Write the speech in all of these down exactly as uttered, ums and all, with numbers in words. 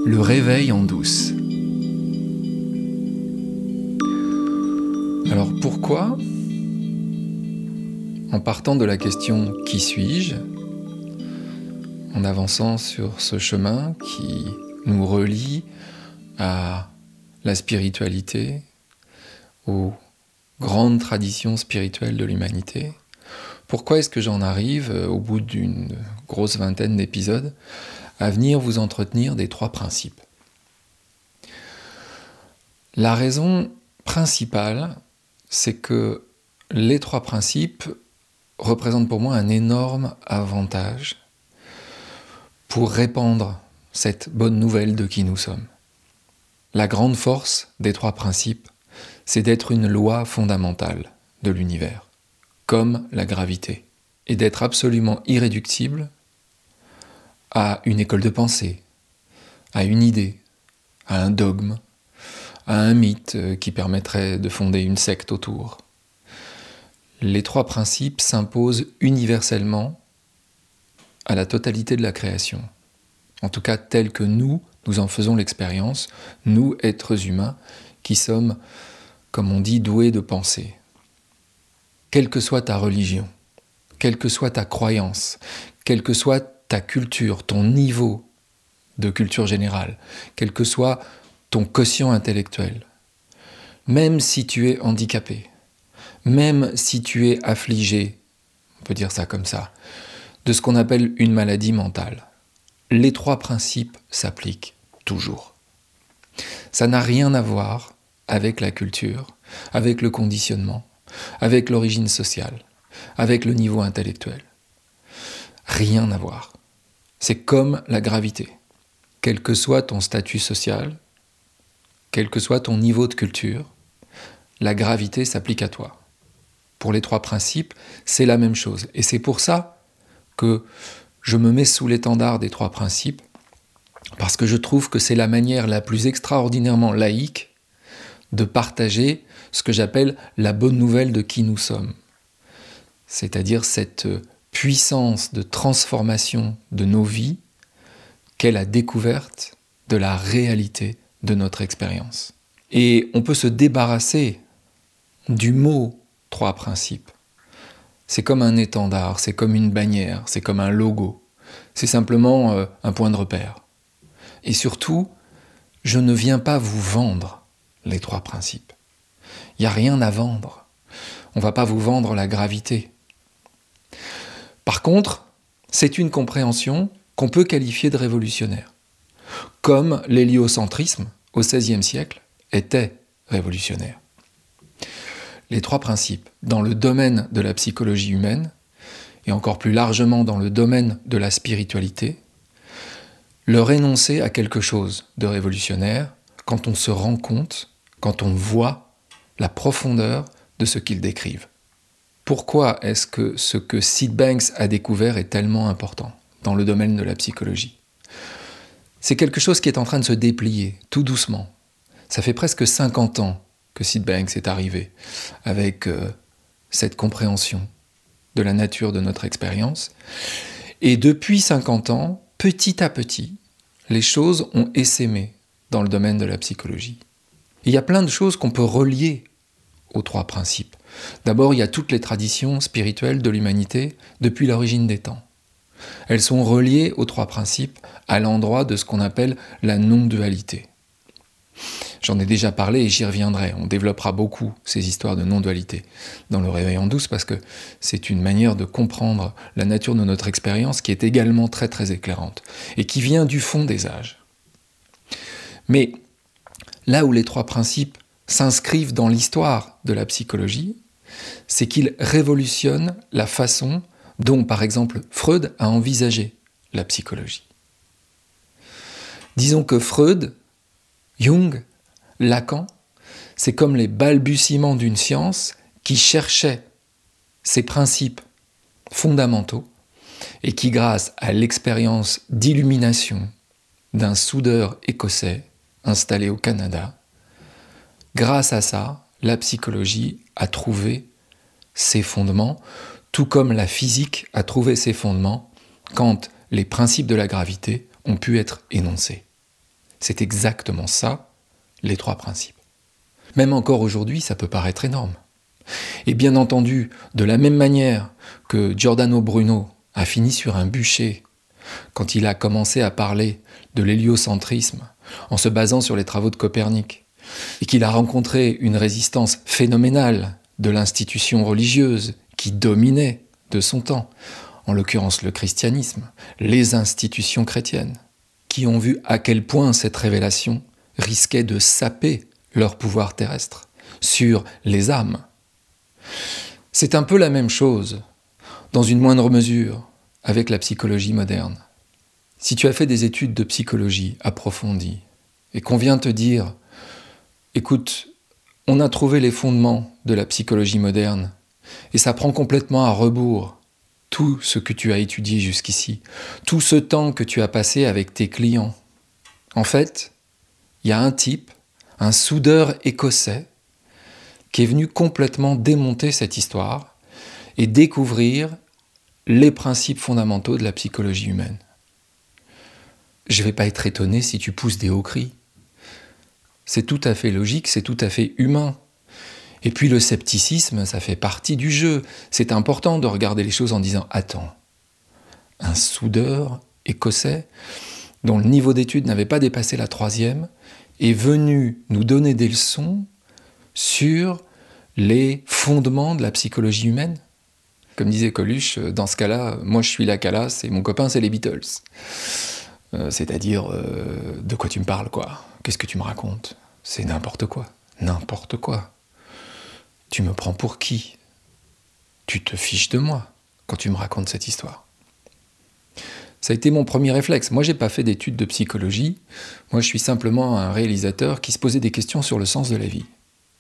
Le réveil en douce. Alors pourquoi, en partant de la question « Qui suis-je ?», en avançant sur ce chemin qui nous relie à la spiritualité, aux grandes traditions spirituelles de l'humanité, pourquoi est-ce que j'en arrive, au bout d'une grosse vingtaine d'épisodes, à venir vous entretenir des trois principes ? La raison principale, c'est que les trois principes représentent pour moi un énorme avantage pour répandre cette bonne nouvelle de qui nous sommes. La grande force des trois principes, c'est d'être une loi fondamentale de l'univers, comme la gravité, et d'être absolument irréductible à une école de pensée, à une idée, à un dogme, à un mythe qui permettrait de fonder une secte autour. Les trois principes s'imposent universellement à la totalité de la création, en tout cas tel que nous, nous en faisons l'expérience, nous, êtres humains, qui sommes, comme on dit, doués de pensée. Quelle que soit ta religion, quelle que soit ta croyance, quelle que soit ta culture, ton niveau de culture générale, quel que soit ton quotient intellectuel, même si tu es handicapé, même si tu es affligé, on peut dire ça comme ça, de ce qu'on appelle une maladie mentale, les trois principes s'appliquent toujours. Ça n'a rien à voir avec la culture, avec le conditionnement, avec l'origine sociale, avec le niveau intellectuel. Rien à voir. C'est comme la gravité. Quel que soit ton statut social, quel que soit ton niveau de culture, la gravité s'applique à toi. Pour les trois principes, c'est la même chose. Et c'est pour ça que je me mets sous l'étendard des trois principes, parce que je trouve que c'est la manière la plus extraordinairement laïque de partager ce que j'appelle la bonne nouvelle de qui nous sommes. C'est-à-dire cette puissance de transformation de nos vies qu'est la découverte de la réalité de notre expérience. Et on peut se débarrasser du mot « trois principes ». C'est comme un étendard, c'est comme une bannière, c'est comme un logo. C'est simplement euh, un point de repère. Et surtout, je ne viens pas vous vendre les trois principes. Il n'y a rien à vendre. On ne va pas vous vendre la gravité. Par contre, c'est une compréhension qu'on peut qualifier de révolutionnaire. Comme l'héliocentrisme, au seizième siècle, était révolutionnaire. Les trois principes, dans le domaine de la psychologie humaine, et encore plus largement dans le domaine de la spiritualité, leur énoncer à quelque chose de révolutionnaire quand on se rend compte, quand on voit la profondeur de ce qu'ils décrivent. Pourquoi est-ce que ce que Syd Banks a découvert est tellement important dans le domaine de la psychologie ? C'est quelque chose qui est en train de se déplier, tout doucement. Ça fait presque cinquante ans que Syd Banks est arrivé avec euh, cette compréhension de la nature de notre expérience. Et depuis cinquante ans, petit à petit, les choses ont essaimé dans le domaine de la psychologie. Il y a plein de choses qu'on peut relier aux trois principes. D'abord, il y a toutes les traditions spirituelles de l'humanité depuis l'origine des temps. Elles sont reliées aux trois principes à l'endroit de ce qu'on appelle la non-dualité. J'en ai déjà parlé et j'y reviendrai. On développera beaucoup ces histoires de non-dualité dans le réveil en douce parce que c'est une manière de comprendre la nature de notre expérience qui est également très très éclairante et qui vient du fond des âges. Mais là où les trois principes s'inscrivent dans l'histoire de la psychologie, c'est qu'ils révolutionnent la façon dont, par exemple, Freud a envisagé la psychologie. Disons que Freud, Jung, Lacan, c'est comme les balbutiements d'une science qui cherchait ces principes fondamentaux et qui, grâce à l'expérience d'illumination d'un soudeur écossais installé au Canada, grâce à ça, la psychologie a trouvé ses fondements, tout comme la physique a trouvé ses fondements quand les principes de la gravité ont pu être énoncés. C'est exactement ça, les trois principes. Même encore aujourd'hui, ça peut paraître énorme. Et bien entendu, de la même manière que Giordano Bruno a fini sur un bûcher quand il a commencé à parler de l'héliocentrisme en se basant sur les travaux de Copernic, et qu'il a rencontré une résistance phénoménale de l'institution religieuse qui dominait de son temps, en l'occurrence le christianisme, les institutions chrétiennes, qui ont vu à quel point cette révélation risquait de saper leur pouvoir terrestre sur les âmes. C'est un peu la même chose, dans une moindre mesure, avec la psychologie moderne. Si tu as fait des études de psychologie approfondies et qu'on vient te dire « Écoute, on a trouvé les fondements de la psychologie moderne et ça prend complètement à rebours tout ce que tu as étudié jusqu'ici, tout ce temps que tu as passé avec tes clients. En fait, il y a un type, un soudeur écossais, qui est venu complètement démonter cette histoire et découvrir les principes fondamentaux de la psychologie humaine. Je ne vais pas être étonné si tu pousses des hauts cris. C'est tout à fait logique, c'est tout à fait humain. Et puis le scepticisme, ça fait partie du jeu. C'est important de regarder les choses en disant « Attends, un soudeur écossais dont le niveau d'études n'avait pas dépassé la troisième est venu nous donner des leçons sur les fondements de la psychologie humaine ?» Comme disait Coluche, dans ce cas-là, moi je suis la Calas et mon copain c'est les Beatles. Euh, c'est-à-dire, euh, de quoi tu me parles, quoi ? Qu'est-ce que tu me racontes ? C'est n'importe quoi. N'importe quoi. Tu me prends pour qui ? Tu te fiches de moi quand tu me racontes cette histoire. Ça a été mon premier réflexe. Moi, j'ai pas fait d'études de psychologie. Moi, je suis simplement un réalisateur qui se posait des questions sur le sens de la vie.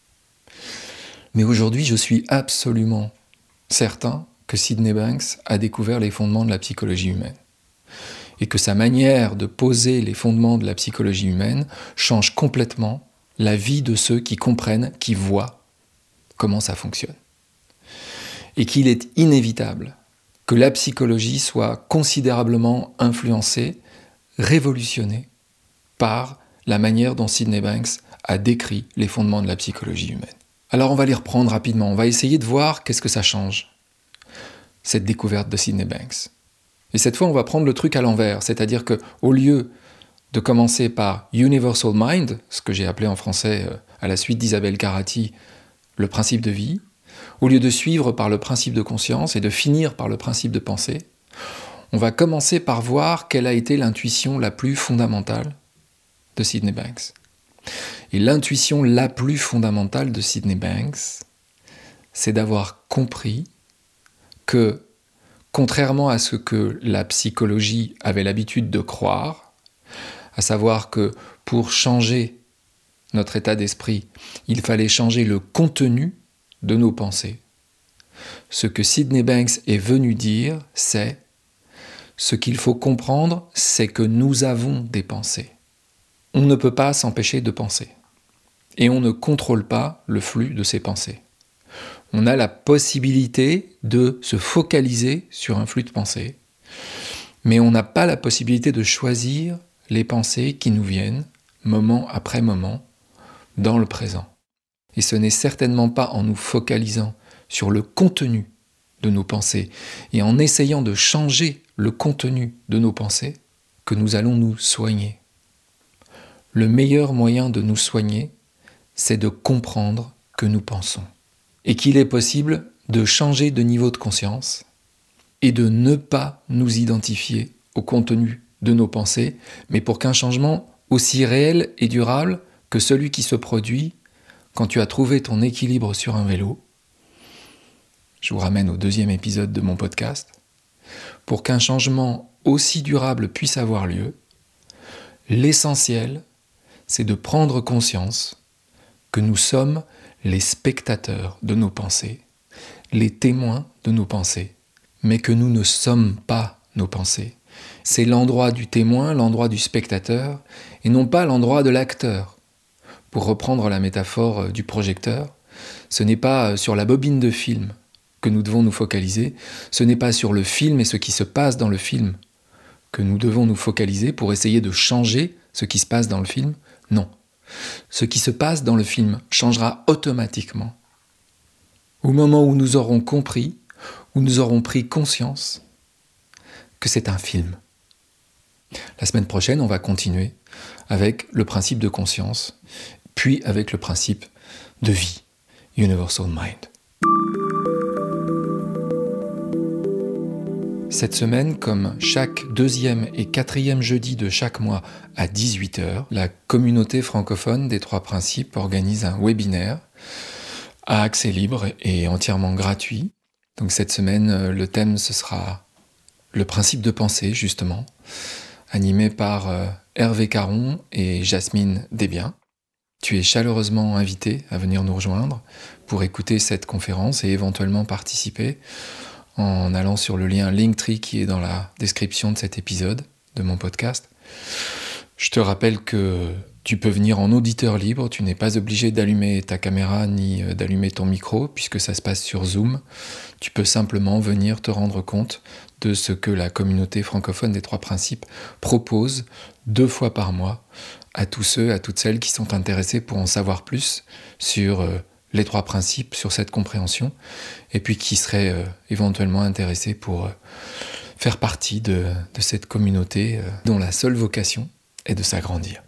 Mais aujourd'hui, je suis absolument certain que Sydney Banks a découvert les fondements de la psychologie humaine. Et que sa manière de poser les fondements de la psychologie humaine change complètement la vie de ceux qui comprennent, qui voient comment ça fonctionne. Et qu'il est inévitable que la psychologie soit considérablement influencée, révolutionnée par la manière dont Sydney Banks a décrit les fondements de la psychologie humaine. Alors on va les reprendre rapidement, on va essayer de voir qu'est-ce que ça change, cette découverte de Sydney Banks. Et cette fois, on va prendre le truc à l'envers, c'est-à-dire qu'au lieu de commencer par Universal Mind, ce que j'ai appelé en français, euh, à la suite d'Isabelle Carati, le principe de vie, au lieu de suivre par le principe de conscience et de finir par le principe de pensée, on va commencer par voir quelle a été l'intuition la plus fondamentale de Sydney Banks. Et l'intuition la plus fondamentale de Sydney Banks, c'est d'avoir compris que, contrairement à ce que la psychologie avait l'habitude de croire, à savoir que pour changer notre état d'esprit, il fallait changer le contenu de nos pensées. Ce que Sydney Banks est venu dire, c'est ce qu'il faut comprendre, c'est que nous avons des pensées. On ne peut pas s'empêcher de penser. Et on ne contrôle pas le flux de ces pensées. On a la possibilité de se focaliser sur un flux de pensées, mais on n'a pas la possibilité de choisir les pensées qui nous viennent, moment après moment, dans le présent. Et ce n'est certainement pas en nous focalisant sur le contenu de nos pensées et en essayant de changer le contenu de nos pensées que nous allons nous soigner. Le meilleur moyen de nous soigner, c'est de comprendre que nous pensons. Et qu'il est possible de changer de niveau de conscience et de ne pas nous identifier au contenu de nos pensées, mais pour qu'un changement aussi réel et durable que celui qui se produit quand tu as trouvé ton équilibre sur un vélo, je vous ramène au deuxième épisode de mon podcast, pour qu'un changement aussi durable puisse avoir lieu, l'essentiel, c'est de prendre conscience que nous sommes les spectateurs de nos pensées, les témoins de nos pensées, mais que nous ne sommes pas nos pensées. C'est l'endroit du témoin, l'endroit du spectateur, et non pas l'endroit de l'acteur. Pour reprendre la métaphore du projecteur, ce n'est pas sur la bobine de film que nous devons nous focaliser, ce n'est pas sur le film et ce qui se passe dans le film que nous devons nous focaliser pour essayer de changer ce qui se passe dans le film? Non. Ce qui se passe dans le film changera automatiquement au moment où nous aurons compris, où nous aurons pris conscience que c'est un film. La semaine prochaine, on va continuer avec le principe de conscience, puis avec le principe de vie, Universal Mind. Cette semaine, comme chaque deuxième et quatrième jeudi de chaque mois à dix-huit heures, la communauté francophone des trois principes organise un webinaire à accès libre et entièrement gratuit. Donc cette semaine, le thème, ce sera le principe de pensée, justement, animé par euh, Hervé Caron et Jasmine Desbiens. Tu es chaleureusement invité à venir nous rejoindre pour écouter cette conférence et éventuellement participer en allant sur le lien Linktree qui est dans la description de cet épisode de mon podcast. Je te rappelle que tu peux venir en auditeur libre, tu n'es pas obligé d'allumer ta caméra ni d'allumer ton micro puisque ça se passe sur Zoom. Tu peux simplement venir te rendre compte de ce que la communauté francophone des trois principes propose deux fois par mois à tous ceux, à toutes celles qui sont intéressés pour en savoir plus sur euh, les trois principes, sur cette compréhension, et puis qui seraient euh, éventuellement intéressés pour euh, faire partie de, de cette communauté euh, dont la seule vocation est de s'agrandir.